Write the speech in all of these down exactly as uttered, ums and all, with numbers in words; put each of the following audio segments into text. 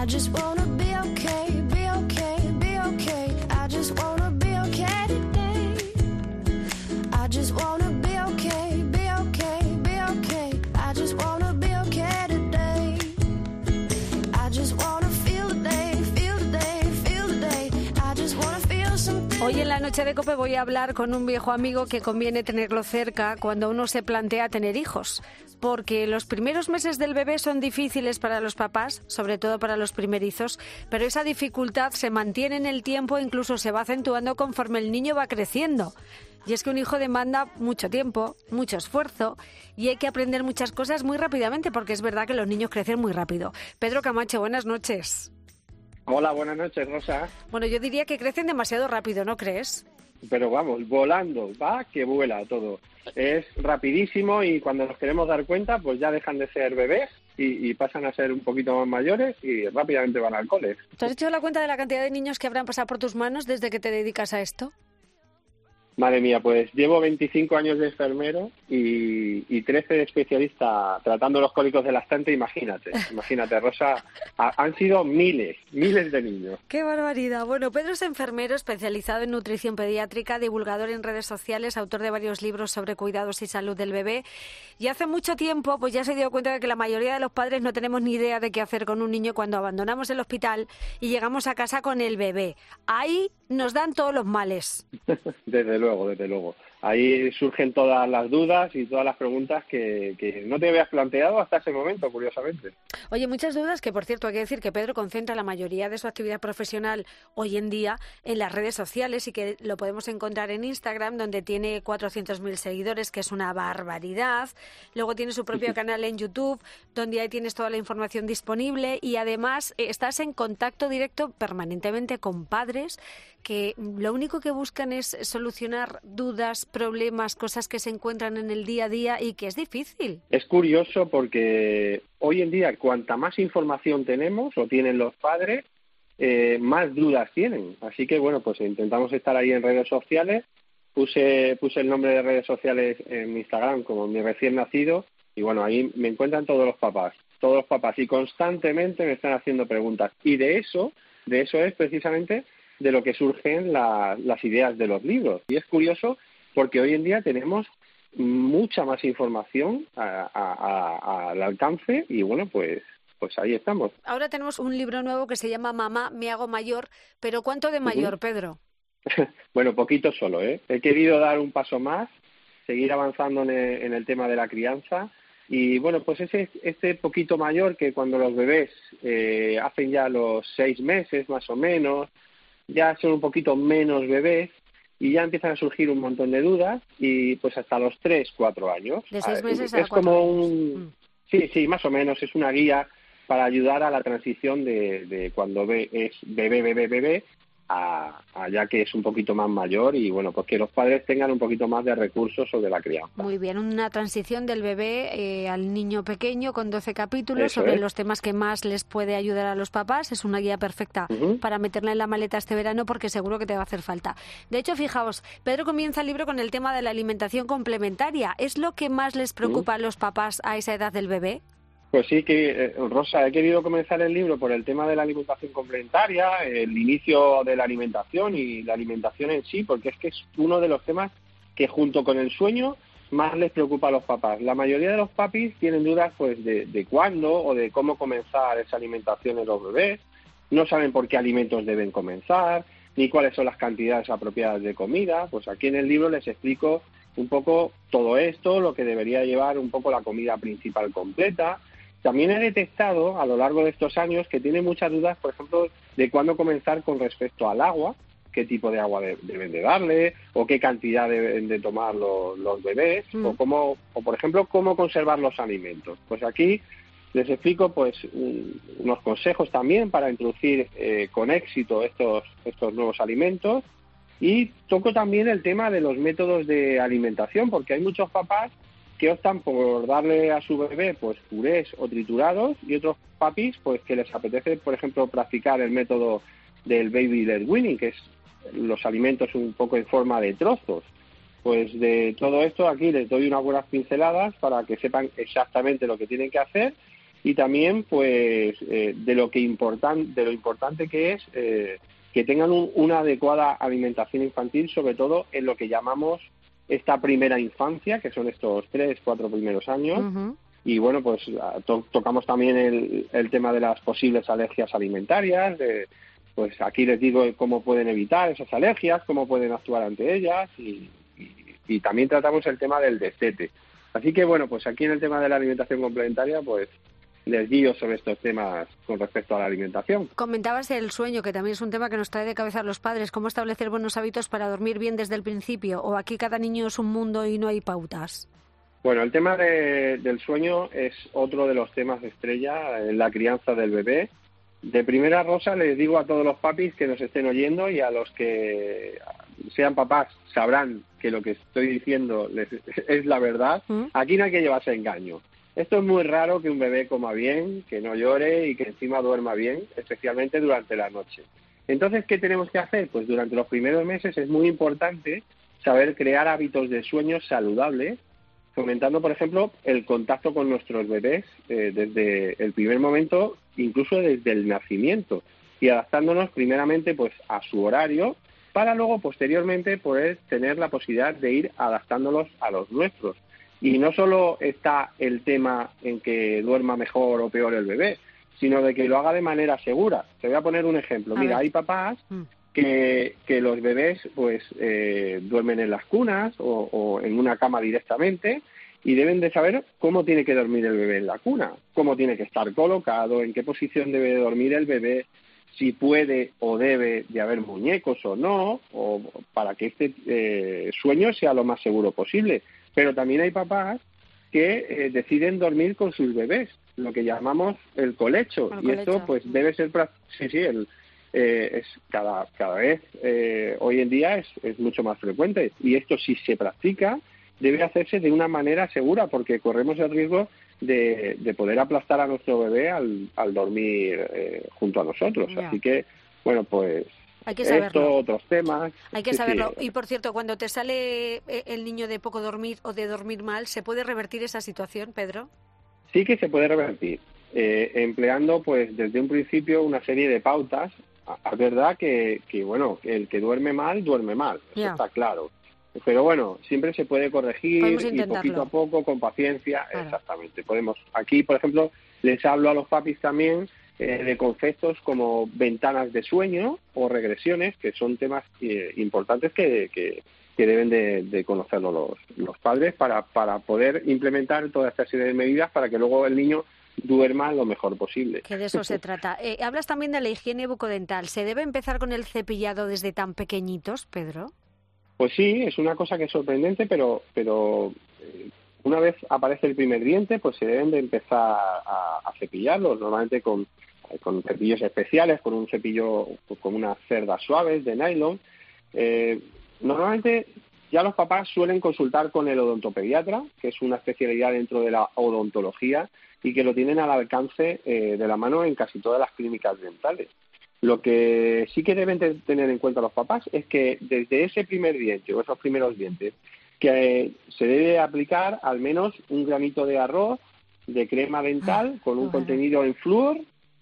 just wanna be okay, be okay, be okay. I just wanna be okay today. I just wanna be okay, be okay, be okay. I just wanna be okay today. I just wanna feel the day, feel the day, feel the day. I just wanna feel something. Hoy en la noche de COPE voy a hablar con un viejo amigo que conviene tenerlo cerca cuando uno se plantea tener hijos. Porque los primeros meses del bebé son difíciles para los papás, sobre todo para los primerizos, pero esa dificultad se mantiene en el tiempo e incluso se va acentuando conforme el niño va creciendo. Y es que un hijo demanda mucho tiempo, mucho esfuerzo y hay que aprender muchas cosas muy rápidamente porque es verdad que los niños crecen muy rápido. Pedro Camacho, buenas noches. Hola, buenas noches, Rosa. Bueno, yo diría que crecen demasiado rápido, ¿no crees? Pero vamos, volando, va que vuela todo. Es rapidísimo y cuando nos queremos dar cuenta, pues ya dejan de ser bebés y, y pasan a ser un poquito más mayores y rápidamente van al cole. ¿Te has hecho la cuenta de la cantidad de niños que habrán pasado por tus manos desde que te dedicas a esto? Madre mía, pues llevo veinticinco años de enfermero y, y trece de especialista tratando los cólicos de lactante, imagínate, imagínate, Rosa, ha, han sido miles, miles de niños. ¡Qué barbaridad! Bueno, Pedro es enfermero especializado en nutrición pediátrica, divulgador en redes sociales, autor de varios libros sobre cuidados y salud del bebé y hace mucho tiempo pues ya se dio cuenta de que la mayoría de los padres no tenemos ni idea de qué hacer con un niño cuando abandonamos el hospital y llegamos a casa con el bebé. Ahí nos dan todos los males. Desde luego, desde luego. Ahí surgen todas las dudas y todas las preguntas que, que no te habías planteado hasta ese momento, curiosamente. Oye, muchas dudas que, por cierto, hay que decir que Pedro concentra la mayoría de su actividad profesional hoy en día en las redes sociales y que lo podemos encontrar en Instagram, donde tiene cuatrocientos mil seguidores, que es una barbaridad. Luego tiene su propio canal en YouTube, donde ahí tienes toda la información disponible y además eh, estás en contacto directo permanentemente con padres que lo único que buscan es solucionar dudas, problemas, cosas que se encuentran en el día a día y que es difícil. Es curioso porque hoy en día cuanta más información tenemos o tienen los padres, eh, más dudas tienen. Así que bueno, pues intentamos estar ahí en redes sociales. Puse, puse el nombre de redes sociales en Instagram como mi recién nacido y bueno, ahí me encuentran todos los papás, todos los papás y constantemente me están haciendo preguntas. Y de eso, de eso es precisamente de lo que surgen la, las ideas de los libros. Y es curioso porque hoy en día tenemos mucha más información a, a, a, al alcance y bueno, pues pues ahí estamos. Ahora tenemos un libro nuevo que se llama Mamá, me hago mayor, pero ¿cuánto de mayor, uh-huh. Pedro? Bueno, poquito solo, ¿eh? He querido dar un paso más, seguir avanzando en el, en el tema de la crianza y bueno, pues ese este poquito mayor que cuando los bebés eh, hacen ya los seis meses más o menos, ya son un poquito menos bebés y ya empiezan a surgir un montón de dudas y pues hasta los tres, cuatro años. De seis meses a es cuatro como años. un Mm. sí, sí, más o menos es una guía para ayudar a la transición de, de cuando ve, es bebé, bebé, bebé a, a ya que es un poquito más mayor y bueno, pues que los padres tengan un poquito más de recursos sobre la crianza. Muy bien, una transición del bebé eh, al niño pequeño con doce capítulos Eso sobre es. los temas que más les puede ayudar a los papás. Es una guía perfecta uh-huh. para meterla en la maleta este verano porque seguro que te va a hacer falta. De hecho, fijaos, Pedro comienza el libro con el tema de la alimentación complementaria. ¿Es lo que más les preocupa uh-huh. a los papás a esa edad del bebé? Pues sí, que eh, Rosa, he querido comenzar el libro por el tema de la alimentación complementaria, el inicio de la alimentación y la alimentación en sí, porque es que es uno de los temas que junto con el sueño más les preocupa a los papás. La mayoría de los papis tienen dudas pues de, de cuándo o de cómo comenzar esa alimentación en los bebés, no saben por qué alimentos deben comenzar, ni cuáles son las cantidades apropiadas de comida. Pues aquí en el libro les explico un poco todo esto, lo que debería llevar un poco la comida principal completa. También he detectado a lo largo de estos años que tiene muchas dudas, por ejemplo, de cuándo comenzar con respecto al agua, qué tipo de agua de, deben de darle, o qué cantidad deben de tomar los, los bebés, mm. o cómo, o por ejemplo, cómo conservar los alimentos. Pues aquí les explico pues un, unos consejos también para introducir eh, con éxito estos, estos nuevos alimentos y toco también el tema de los métodos de alimentación, porque hay muchos papás que optan por darle a su bebé pues purés o triturados y otros papis pues que les apetece, por ejemplo, practicar el método del baby led weaning, que es los alimentos un poco en forma de trozos. Pues de todo esto aquí les doy unas buenas pinceladas para que sepan exactamente lo que tienen que hacer y también pues eh, de lo que importan, de lo importante que es eh, que tengan un, una adecuada alimentación infantil, sobre todo en lo que llamamos esta primera infancia, que son estos tres, cuatro primeros años. Uh-huh. Y bueno, pues to- tocamos también el, el tema de las posibles alergias alimentarias, de, pues aquí les digo cómo pueden evitar esas alergias, cómo pueden actuar ante ellas, y, y, y también tratamos el tema del destete. Así que bueno, pues aquí en el tema de la alimentación complementaria, pues les guío sobre estos temas con respecto a la alimentación. Comentabas el sueño, que también es un tema que nos trae de cabeza a los padres. ¿Cómo establecer buenos hábitos para dormir bien desde el principio? ¿O aquí cada niño es un mundo y no hay pautas? Bueno, el tema de, del sueño es otro de los temas estrella en la crianza del bebé. De primera, Rosa, les digo a todos los papis que nos estén oyendo y a los que sean papás sabrán que lo que estoy diciendo les, es la verdad. ¿Mm? Aquí no hay que llevarse engaño. Esto es muy raro que un bebé coma bien, que no llore y que encima duerma bien, especialmente durante la noche. Entonces, ¿qué tenemos que hacer? Pues durante los primeros meses es muy importante saber crear hábitos de sueño saludables, fomentando, por ejemplo, el contacto con nuestros bebés eh, desde el primer momento, incluso desde el nacimiento, y adaptándonos primeramente pues a su horario, para luego posteriormente poder tener la posibilidad de ir adaptándolos a los nuestros. Y no solo está el tema en que duerma mejor o peor el bebé, sino de que lo haga de manera segura. Te voy a poner un ejemplo. A Mira, ver. Hay papás mm. que, que los bebés pues eh, duermen en las cunas o, o en una cama directamente, y deben de saber cómo tiene que dormir el bebé en la cuna, cómo tiene que estar colocado, en qué posición debe de dormir el bebé, si puede o debe de haber muñecos o no, o para que este eh, sueño sea lo más seguro posible. Pero también hay papás que eh, deciden dormir con sus bebés, lo que llamamos el colecho. El y colecho. Esto pues debe ser, sí, sí, el, eh, es cada, cada vez eh, hoy en día es, es mucho más frecuente. Y esto, si se practica, debe hacerse de una manera segura, porque corremos el riesgo de, de poder aplastar a nuestro bebé al, al dormir eh, junto a nosotros. Yeah. Así que, bueno, pues hay que saberlo. Esto, otros temas. Hay que sí, saberlo. Sí. Y por cierto, cuando te sale el niño de poco dormir o de dormir mal, ¿se puede revertir esa situación, Pedro? Sí que se puede revertir, eh, empleando pues desde un principio una serie de pautas. Es verdad que, que bueno, el que duerme mal, duerme mal, eso yeah. está claro. Pero bueno, siempre se puede corregir y poquito a poco, con paciencia, claro. Exactamente. Podemos, aquí, por ejemplo, les hablo a los papis también eh, de conceptos como ventanas de sueño o regresiones, que son temas eh, importantes que, que, que deben de, de conocerlo los, los padres para, para poder implementar toda esta serie de medidas para que luego el niño duerma lo mejor posible. Que de eso se trata. Eh, hablas también de la higiene bucodental. ¿Se debe empezar con el cepillado desde tan pequeñitos, Pedro? Pues sí, es una cosa que es sorprendente, pero pero eh, una vez aparece el primer diente, pues se deben de empezar a, a cepillarlos, normalmente con, con cepillos especiales, con un cepillo, con unas cerdas suaves de nylon. Eh, normalmente ya los papás suelen consultar con el odontopediatra, que es una especialidad dentro de la odontología y que lo tienen al alcance eh, de la mano en casi todas las clínicas dentales. Lo que sí que deben de tener en cuenta los papás es que desde ese primer diente o esos primeros dientes que eh, se debe aplicar al menos un granito de arroz de crema dental ah, con un bueno. contenido en flúor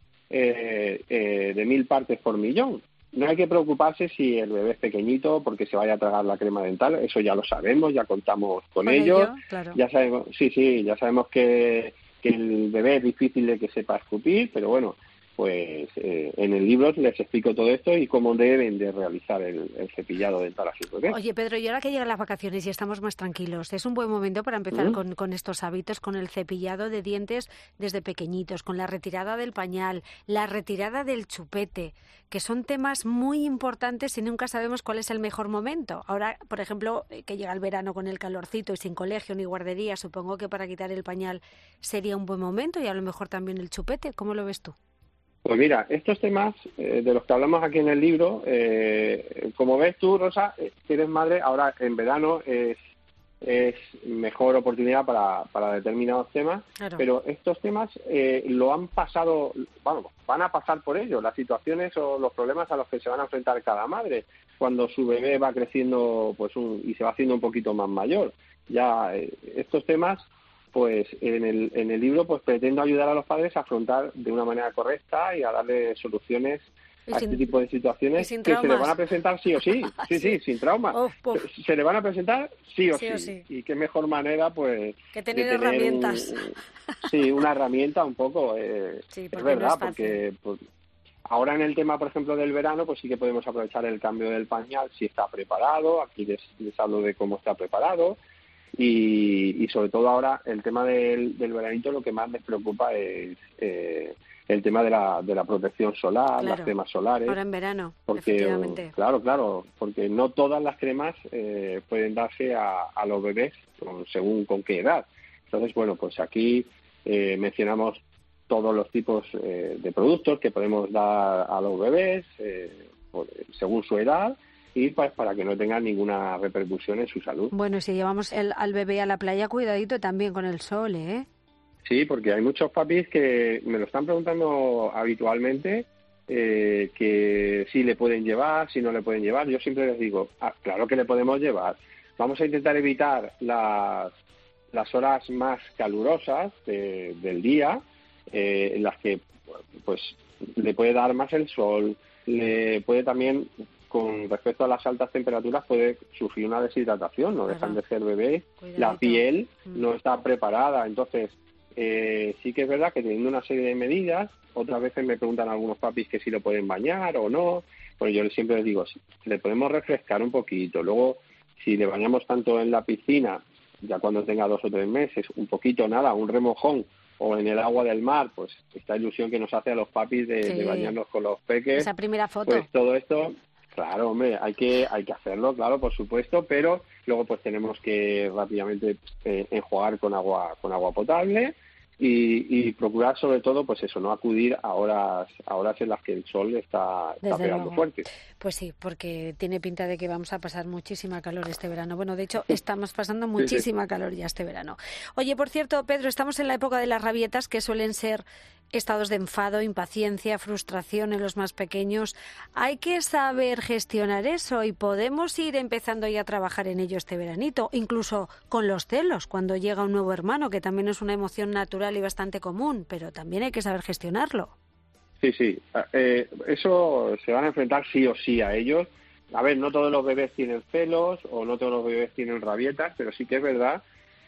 eh, eh, de mil partes por millón. No hay que preocuparse si el bebé es pequeñito porque se vaya a tragar la crema dental, eso ya lo sabemos, ya contamos con, con ellos, ello, claro. ya sabemos, sí, sí, ya sabemos que, que el bebé es difícil de que sepa escupir, pero bueno, pues eh, en el libro les explico todo esto y cómo deben de realizar el, el cepillado dental a sus bebés. Oye, Pedro, y ahora que llegan las vacaciones y estamos más tranquilos, ¿es un buen momento para empezar ¿Mm? con, con estos hábitos, con el cepillado de dientes desde pequeñitos, con la retirada del pañal, la retirada del chupete, que son temas muy importantes y nunca sabemos cuál es el mejor momento? Ahora, por ejemplo, que llega el verano con el calorcito y sin colegio ni guardería, supongo que para quitar el pañal sería un buen momento y a lo mejor también el chupete. ¿Cómo lo ves tú? Pues mira, estos temas eh, de los que hablamos aquí en el libro, eh, como ves tú, Rosa, eh, que eres madre, ahora en verano es, es mejor oportunidad para, para determinados temas, claro. Pero estos temas eh, lo han pasado, bueno, van a pasar por ello, las situaciones o los problemas a los que se van a enfrentar cada madre cuando su bebé va creciendo pues un, y se va haciendo un poquito más mayor. Ya eh, estos temas pues en el, en el libro pues pretendo ayudar a los padres a afrontar de una manera correcta y a darle soluciones a sin, este tipo de situaciones que traumas. se le van a presentar sí o sí, sí, sí, sí sin trauma. Oh, oh. Se, se le van a presentar sí o sí, sí. O sí. Y qué mejor manera, pues, que tener, de tener herramientas. Un, sí, una herramienta un poco, eh, sí, es verdad, no es porque pues, ahora en el tema, por ejemplo, del verano, pues sí que podemos aprovechar el cambio del pañal si está preparado. Aquí les, les hablo de cómo está preparado. Y, y sobre todo ahora el tema del, del veranito, lo que más les preocupa es eh, el tema de la, de la protección solar, claro, las cremas solares. Ahora en verano, porque, efectivamente. Claro, claro, porque no todas las cremas eh, pueden darse a, a los bebés con, según con qué edad. Entonces, bueno, pues aquí eh, mencionamos todos los tipos eh, de productos que podemos dar a los bebés eh, por, según su edad, y pues para que no tengan ninguna repercusión en su salud. Bueno, si llevamos el, al bebé a la playa, cuidadito también con el sol, ¿eh? Sí, porque hay muchos papis que me lo están preguntando habitualmente, eh, que si le pueden llevar, si no le pueden llevar. Yo siempre les digo, ah, claro que le podemos llevar. Vamos a intentar evitar las, las horas más calurosas de, del día, eh, en las que pues le puede dar más el sol, le puede también, con respecto a las altas temperaturas, puede sufrir una deshidratación, no dejan de ser bebés, Cuidadito. La piel mm. no está preparada, entonces eh, sí que es verdad que teniendo una serie de medidas, otras veces me preguntan algunos papis que si lo pueden bañar o no, pues yo siempre les digo, sí, le podemos refrescar un poquito, luego si le bañamos tanto en la piscina, ya cuando tenga dos o tres meses, un poquito, nada, un remojón, o en el agua del mar, pues esta ilusión que nos hace a los papis de, sí. de bañarnos con los peques. Esa primera foto. Pues todo esto, claro, hombre, hay que hay que hacerlo, claro, por supuesto, pero luego pues tenemos que rápidamente eh, enjuagar con agua con agua potable y, y procurar sobre todo, pues eso, no acudir a horas a horas en las que el sol está, está pegando luego. fuerte. Pues sí, porque tiene pinta de que vamos a pasar muchísima calor este verano. Bueno, de hecho, estamos pasando muchísima sí, sí. calor ya este verano. Oye, por cierto, Pedro, estamos en la época de las rabietas, que suelen ser estados de enfado, impaciencia, frustración en los más pequeños. Hay que saber gestionar eso y podemos ir empezando ya a trabajar en ello este veranito, incluso con los celos, cuando llega un nuevo hermano, que también es una emoción natural y bastante común, pero también hay que saber gestionarlo. Sí, sí, eh, eso se van a enfrentar sí o sí a ellos. A ver, no todos los bebés tienen celos o no todos los bebés tienen rabietas, pero sí que es verdad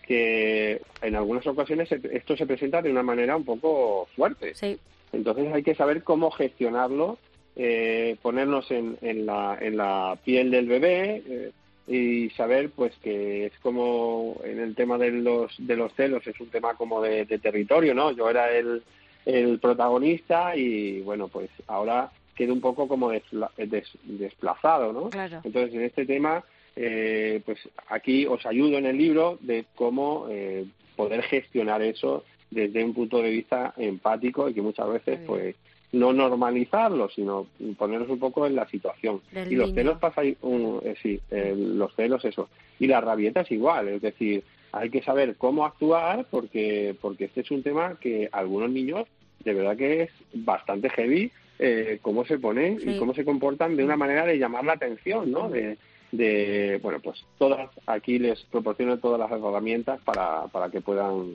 que en algunas ocasiones esto se presenta de una manera un poco fuerte. Sí. Entonces hay que saber cómo gestionarlo, eh, ponernos en, en, la, en la piel del bebé eh, y saber pues que es como en el tema de los, de los celos, es un tema como de, de territorio, ¿no? Yo era el... el protagonista y bueno, pues ahora queda un poco como desla- des- desplazado, ¿no? Claro. Entonces en este tema eh, pues aquí os ayudo en el libro de cómo eh, poder gestionar eso desde un punto de vista empático y que muchas veces pues no normalizarlo, sino ponernos un poco en la situación. Del y los niño. celos pasa um, eh, sí, eh, los celos eso, y la rabieta es igual, es decir, hay que saber cómo actuar porque porque este es un tema que algunos niños de verdad que es bastante heavy, eh, cómo se ponen sí. y cómo se comportan de una manera de llamar la atención, ¿no? De, de bueno, pues todas, aquí les proporciono todas las herramientas para, para que puedan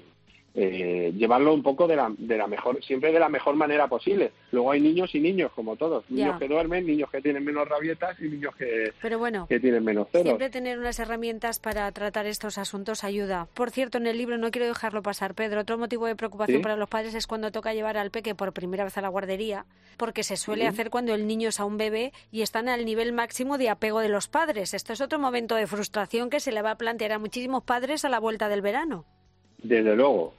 eh, llevarlo un poco de la, de la mejor, siempre de la mejor manera posible. Luego hay niños y niños, como todos, niños ya. que duermen, niños que tienen menos rabietas y niños que, Pero bueno, que tienen menos celos. Siempre tener unas herramientas para tratar estos asuntos ayuda. Por cierto, en el libro, no quiero dejarlo pasar, Pedro, otro motivo de preocupación ¿Sí? para los padres es cuando toca llevar al peque por primera vez a la guardería, porque se suele ¿Sí? hacer cuando el niño es aún bebé y están al nivel máximo de apego de los padres. Esto es otro momento de frustración que se le va a plantear a muchísimos padres a la vuelta del verano. Desde luego.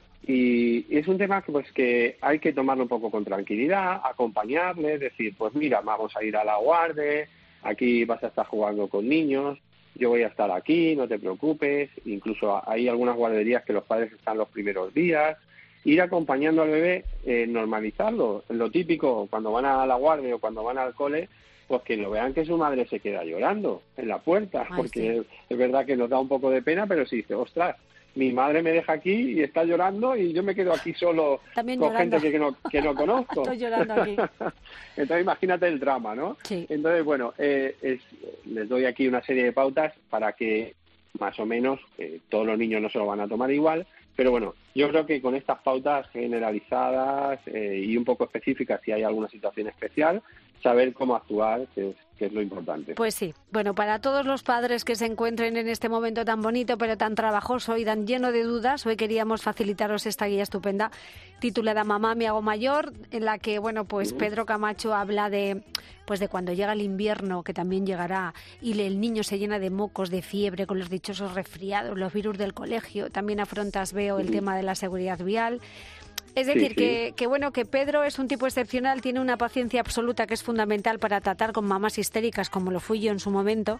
Y es un tema que pues que hay que tomarlo un poco con tranquilidad, acompañarle, decir, pues mira, vamos a ir a la guardia, aquí vas a estar jugando con niños, yo voy a estar aquí, no te preocupes. Incluso hay algunas guarderías que los padres están los primeros días. Ir acompañando al bebé, eh, normalizarlo. Lo típico, cuando van a la guardia o cuando van al cole, pues que lo vean que su madre se queda llorando en la puerta, Ay, porque sí. es, es verdad que nos da un poco de pena, pero sí dice, ostras, mi madre me deja aquí y está llorando y yo me quedo aquí solo También con llorando. gente que no, que no conozco. Estoy llorando aquí. Entonces imagínate el drama, ¿no? Sí. Entonces, bueno, eh, es, les doy aquí una serie de pautas para que más o menos, eh, todos los niños no se lo van a tomar igual, Pero bueno, yo creo que con estas pautas generalizadas eh, y un poco específicas, si hay alguna situación especial, saber cómo actuar, que es, que es lo importante. Pues sí. Bueno, para todos los padres que se encuentren en este momento tan bonito, pero tan trabajoso y tan lleno de dudas, hoy queríamos facilitaros esta guía estupenda titulada Mamá, me hago mayor, en la que, bueno, pues Pedro Camacho habla de pues de cuando llega el invierno, que también llegará, y el niño se llena de mocos, de fiebre, con los dichosos resfriados, los virus del colegio. También afrontas, veo, el tema de la seguridad vial. Es decir, sí, sí. Que, que bueno, que Pedro es un tipo excepcional, tiene una paciencia absoluta que es fundamental para tratar con mamás histéricas, como lo fui yo en su momento.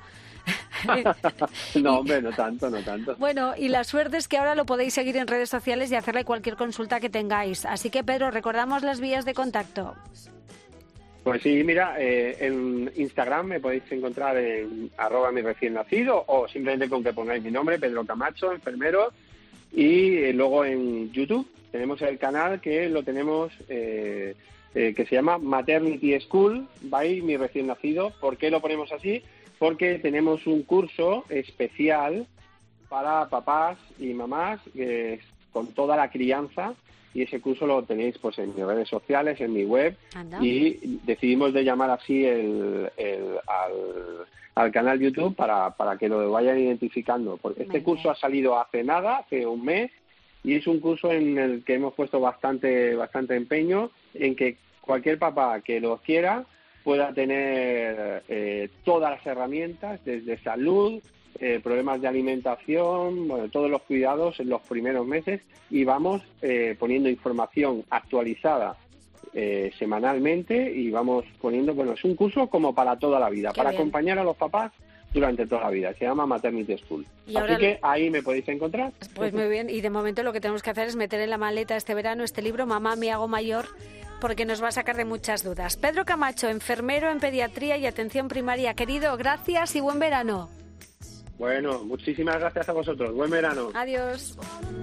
No, hombre, no tanto, no tanto. Bueno, y la suerte es que ahora lo podéis seguir en redes sociales y hacerle cualquier consulta que tengáis. Así que, Pedro, recordamos las vías de contacto. Pues sí, mira, eh, en Instagram me podéis encontrar en arroba mi recién nacido, o simplemente con que pongáis mi nombre, Pedro Camacho, enfermero, y eh, luego en YouTube tenemos el canal que lo tenemos, eh, eh, que se llama Maternity School by mi recién nacido. ¿Por qué lo ponemos así? Porque tenemos un curso especial para papás y mamás eh, con toda la crianza, y ese curso lo tenéis pues en mis redes sociales, en mi web. Anda. Y decidimos de llamar así el, el, al, al canal YouTube para, para que lo vayan identificando, porque este curso ha salido hace nada, hace un mes, y es un curso en el que hemos puesto bastante bastante empeño en que cualquier papá que lo quiera pueda tener eh, todas las herramientas, desde salud, eh, problemas de alimentación, bueno, todos los cuidados en los primeros meses, y vamos eh, poniendo información actualizada eh, semanalmente, y vamos poniendo, bueno, es un curso como para toda la vida, Qué para bien. acompañar a los papás durante toda la vida. Se llama Maternity School. Así que ahí me podéis encontrar. Pues muy bien, y de momento lo que tenemos que hacer es meter en la maleta este verano este libro, Mamá, me hago mayor, porque nos va a sacar de muchas dudas. Pedro Camacho, enfermero en pediatría y atención primaria. Querido, gracias y buen verano. Bueno, muchísimas gracias a vosotros. Buen verano. Adiós.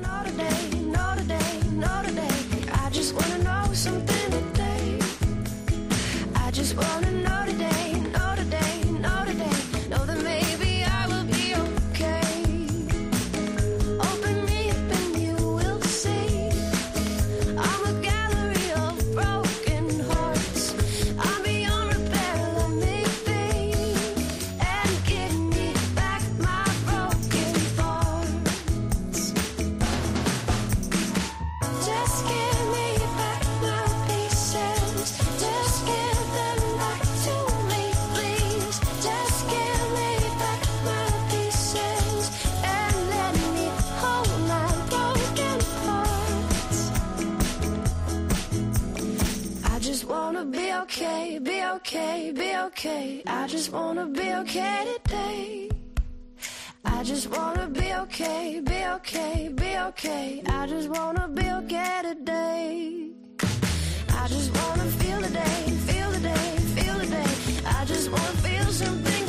Okay, be okay, be okay. I just wanna be okay today. I just wanna be okay, be okay, be okay. I just wanna be okay today. I just wanna feel the day, feel the day, feel the day. I just wanna feel something.